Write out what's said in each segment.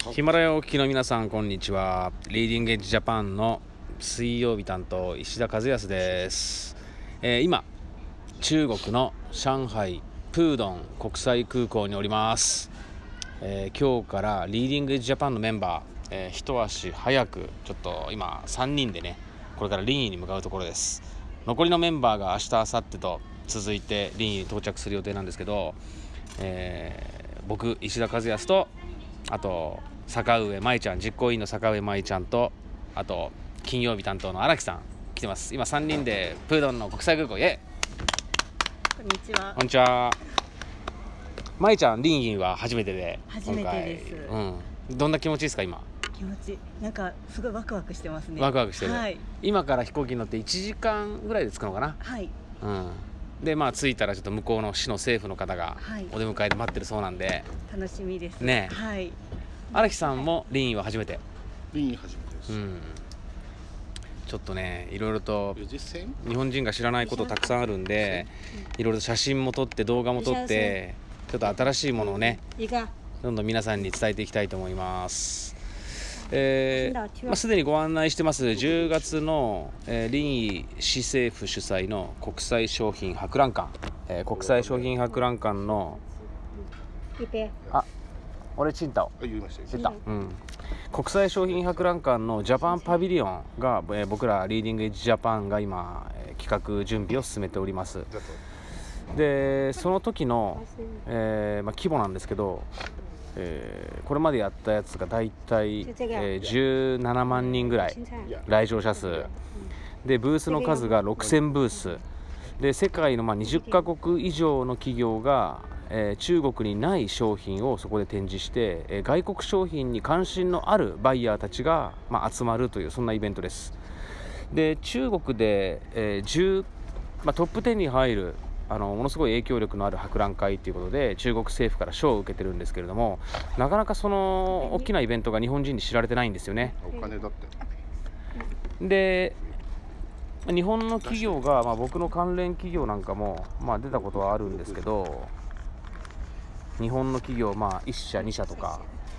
ヒマラヤをお聞きの皆さん、こんにちは。リーディングエッジジャパンの水曜日担当石田和康です。今中国の上海プードン国際空港におります。今日からリーディングエッジジャパンのメンバー、一足早くちょっと今3人でね、これから林医に向かうところです。残りのメンバーが明日明後日と続いて林医に到着する予定なんですけど、僕石田和康と、あと坂上舞ちゃん、実行委員の坂上舞ちゃんと、あと金曜日担当の荒木さん来てます。今3人でプードンの国際空港へ。 こんにちは。 こんにちは。舞ちゃん、林医は初めてで、 初めてです。 どんな気持ちですか今？ 気持ちなんかすごいワクワクしてますね。 ワクワクしてる、 はい、 今から飛行機に乗って1時間ぐらいで着くのかな。 はい、 で着いたらちょっと向こうの市の政府の方がお出迎えで待ってるそうなんで、 楽しみですね。 はい。 荒木さんも林医は初めて？ 林医初めてです。 ちょっとね、いろいろと日本人が知らないことたくさんあるんで、いろいろと写真も撮って動画も撮って、ちょっと新しいものをね、どんどん皆さんに伝えていきたいと思います。すでにご案内してます10月の、林医市政府主催の国際商品博覧会、国際商品博覧会の俺チンタオ言いました出た、国際商品博覧会のジャパンパビリオンが、僕らリーディングエッジジャパンが今、企画準備を進めております。でその時の、規模なんですけど、これまでやったやつがだいたい17万人ぐらい来場者数で、ブースの数が6000ブースで、世界の20カ国以上の企業が中国にない商品をそこで展示して、外国商品に関心のあるバイヤーたちが、集まるという、そんなイベントです。で中国で、トップ10に入るものすごい影響力のある博覧会ということで中国政府から賞を受けてるんですけれども、なかなかその大きなイベントが日本人に知られてないんですよね。 お金だってで日本の企業が、僕の関連企業なんかも、出たことはあるんですけど、日本の企業、1社2社とか、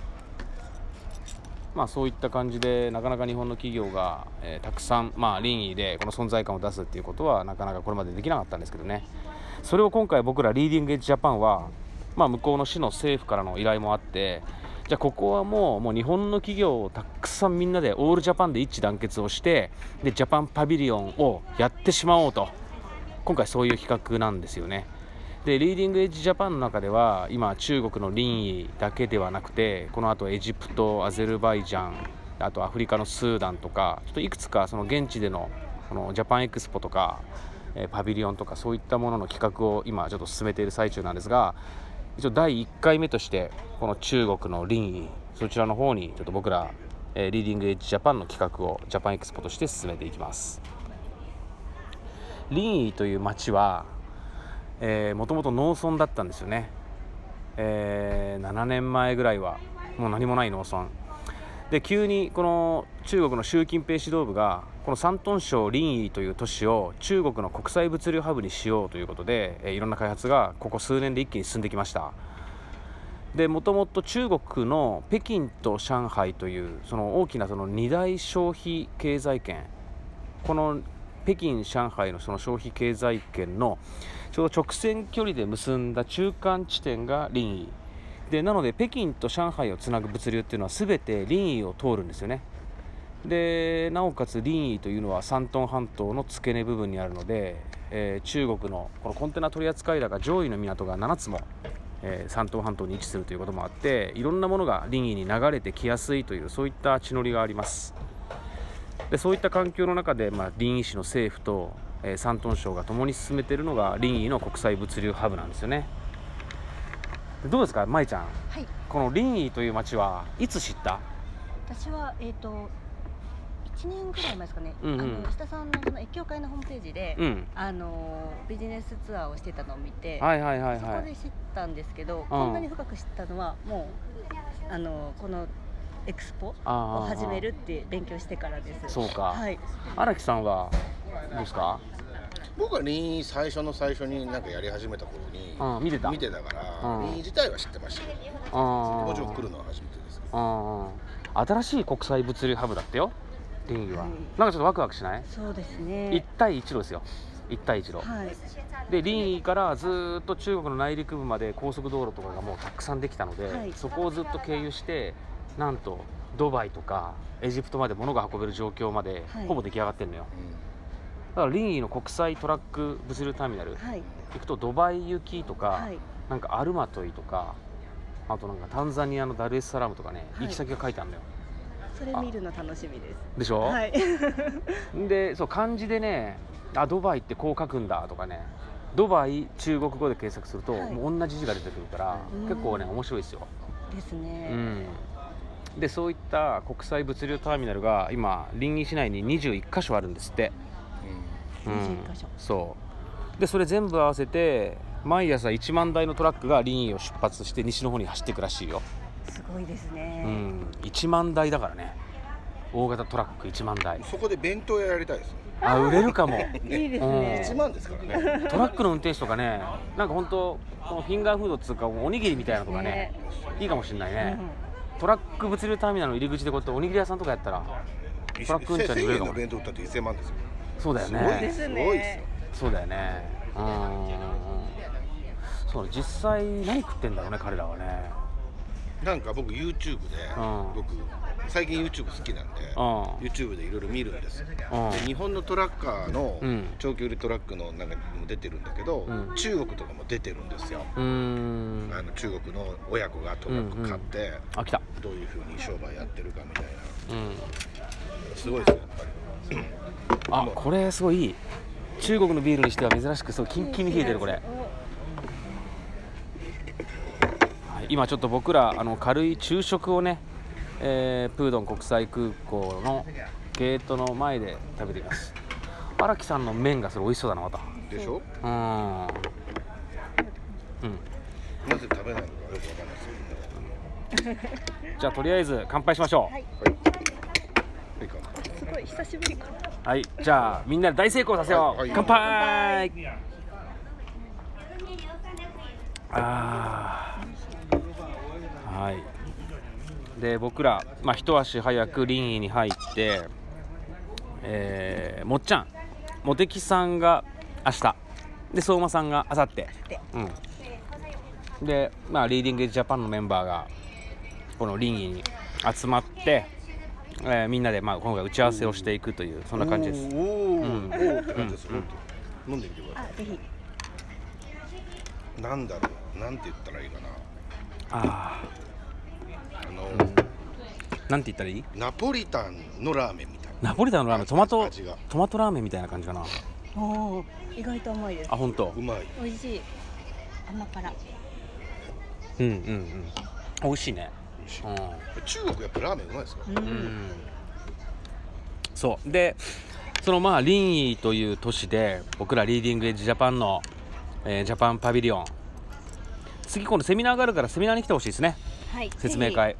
そういった感じでなかなか日本の企業が、たくさん、林医でこの存在感を出すっていうことはなかなかこれまでできなかったんですけどね。それを今回僕らリーディングエッジジャパンは、向こうの市の政府からの依頼もあって、じゃあここはもう日本の企業をたくさんみんなでオールジャパンで一致団結をして、でジャパンパビリオンをやってしまおうと、今回そういう企画なんですよね。でリーディングエッジジャパンの中では今中国の林医だけではなくて、この後エジプト、アゼルバイジャン、あとアフリカのスーダンとか、ちょっといくつかその現地でのこのジャパンエクスポとか、パビリオンとか、そういったものの企画を今ちょっと進めている最中なんですが、一応第1回目としてこの中国の林医、そちらの方にちょっと僕ら、リーディングエッジジャパンの企画をジャパンエクスポとして進めていきます。林医という町はもともと農村だったんですよね。7年前ぐらいはもう何もない農村で、急にこの中国の習近平指導部がこの山東省臨沂という都市を中国の国際物流ハブにしようということで、いろんな開発がここ数年で一気に進んできました。でもともと中国の北京と上海というその大きなその2大消費経済圏、この北京上海のその消費経済圏のちょうど直線距離で結んだ中間地点が臨沂で、なので北京と上海をつなぐ物流っていうのは全て臨沂を通るんですよね。でなおかつ臨沂というのは山東半島の付け根部分にあるので、中国のこのコンテナ取扱高上位の港が7つも、山東半島に位置するということもあって、いろんなものが臨沂に流れてきやすいという、そういった地の利があります。でそういった環境の中で、臨沂市の政府と、山東省が共に進めているのが臨沂の国際物流ハブなんですよね。どうですか、舞ちゃん、 はい、 この臨沂という町はいつ知った？ 私は1年ぐらい前ですかね。石田さんのその越境会のホームページで、ビジネスツアーをしてたのを見て、そこで知ったんですけど、こんなに深く知ったのはもうこのエクスポを始めるって勉強してからです。 そうか、 はい。 荒木さんはどうですか？ 僕はリン最初になんかやり始めた頃に見てたから、リン自体は知ってましたけど、もちろん来るのは初めてですけど。 新しい国際物流ハブだってよ、リンは。なんかちょっとワクワクしない？ そうですね。 一帯一路ですよ。一帯一路。でリンからずっと中国の内陸部まで高速道路とかがもうたくさんできたので、そこをずっと経由してなんとドバイとかエジプトまで物が運べる状況までほぼ出来上がってるのよ。だからリンの国際トラック物流ターミナル行くとドバイ行きとか、なんかアルマトイとか、あとなんかタンザニアのダルエスサラムとかね、行き先が書いてあるのよ。 それ見るの楽しみです。 でしょ？でそう漢字でね、ドバイってこう書くんだとかね、ドバイ中国語で検索すると、もう同じ字が出てくるから、結構ね面白いですよ。 ですね。 でそういった国際物流ターミナルが今臨沂市内に21カ所あるんですって。 21カ所。 そうでそれ全部合わせて毎朝1万台のトラックが臨沂を出発して西の方に走っていくらしいよ。 すごいですね。 1万台だからね、大型トラック1万台。 そこで弁当屋やりたいですね。 売れるかも。 いいですね。 1万ですからね。 トラックの運転手とかね、なんか本当このフィンガーフードっていうかおにぎりみたいなのとかね、いいかもしれないね。トラック物流ターミナルの入り口でこうやっておにぎり屋さんとかやったらトラック運転に売れるかも。 1000円の弁当売ったって1000万ですよ。 そうだよね。 すごいですね。 そうだよね。そう実際何食ってんだろうね彼らはね。 なんか僕 YouTube で、僕最近 YouTube 好きなんで、YouTube でいろいろ見るんです。で日本のトラッカーの長距離トラックの中にも出てるんだけど、中国とかも出てるんですよ。中国の親子がトラック買って、どういうふうに商売やってるかみたいな。すごいですよやっぱり。 これすごいいい。中国のビールにしては珍しくそうキンキンに冷えてるこれ。今ちょっと僕ら軽い昼食をね、プードン国際空港のゲートの前で食べています。荒木さんの麺がそれ美味しそうだなまた。 でしょ？なぜ食べないのかよくわかんないですけど。 じゃあとりあえず乾杯しましょう。 すごい久しぶりかな。 はい、じゃあみんなで大成功させよう。乾杯。はい。で僕ら、一足早く臨沂に入って、もっちゃん、茂木さんが明日で相馬さんが明後日、で、リーディングエッジジャパンのメンバーがこの臨沂に集まって、みんなで今回打ち合わせをしていくというそんな感じです。 飲んでみてください。 ぜひ。 なんだろう、なんて言ったらいいかな。 なんて言ったらいい？ ナポリタンのラーメンみたいな。ナポリタンのラーメン、トマトラーメンみたいな感じかな。 意外と甘いです。 本当。 うまい。 美味しい。甘辛。 美味しいね。 中国やっぱラーメンうまいですか？ そうでその臨沂という都市で僕らリーディングエッジジャパンの、ジャパンパビリオン、次今度セミナーがあるからセミナーに来てほしいですね。説明会。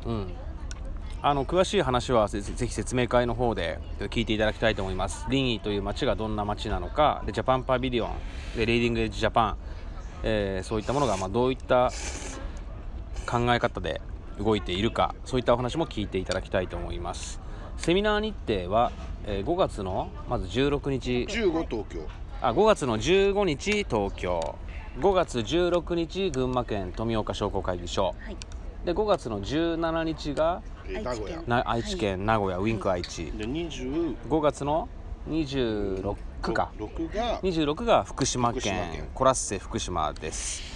詳しい話はぜひ説明会の方で聞いていただきたいと思います。臨沂という街がどんな街なのかで、ジャパンパビリオンでリーディングエッジジャパン、そういったものがどういった考え方で動いているか、そういったお話も聞いていただきたいと思います。セミナー日程は、5月のまず16日 15東京 5月の15日東京、5月16日群馬県富岡商工会議所、で5月の17日が愛知県名古屋ウィンク愛知で、5月の26が福島県コラッセ福島です。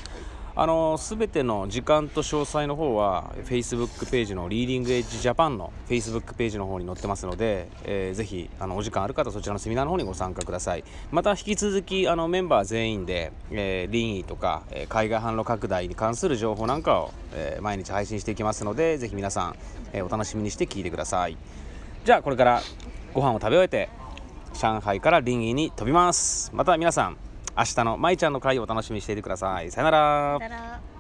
すべての時間と詳細の方は Facebook ページのリーディングエッジジャパンの Facebook ページの方に載ってますので、ぜひお時間ある方そちらのセミナーの方にご参加ください。また引き続きメンバー全員で、臨沂とか、海外販路拡大に関する情報なんかを、毎日配信していきますので、ぜひ皆さん、お楽しみにして聞いてください。じゃあこれからご飯を食べ終えて上海から臨沂に飛びます。また皆さん明日のまいちゃんの会をお楽しみにしていてください。さよなら。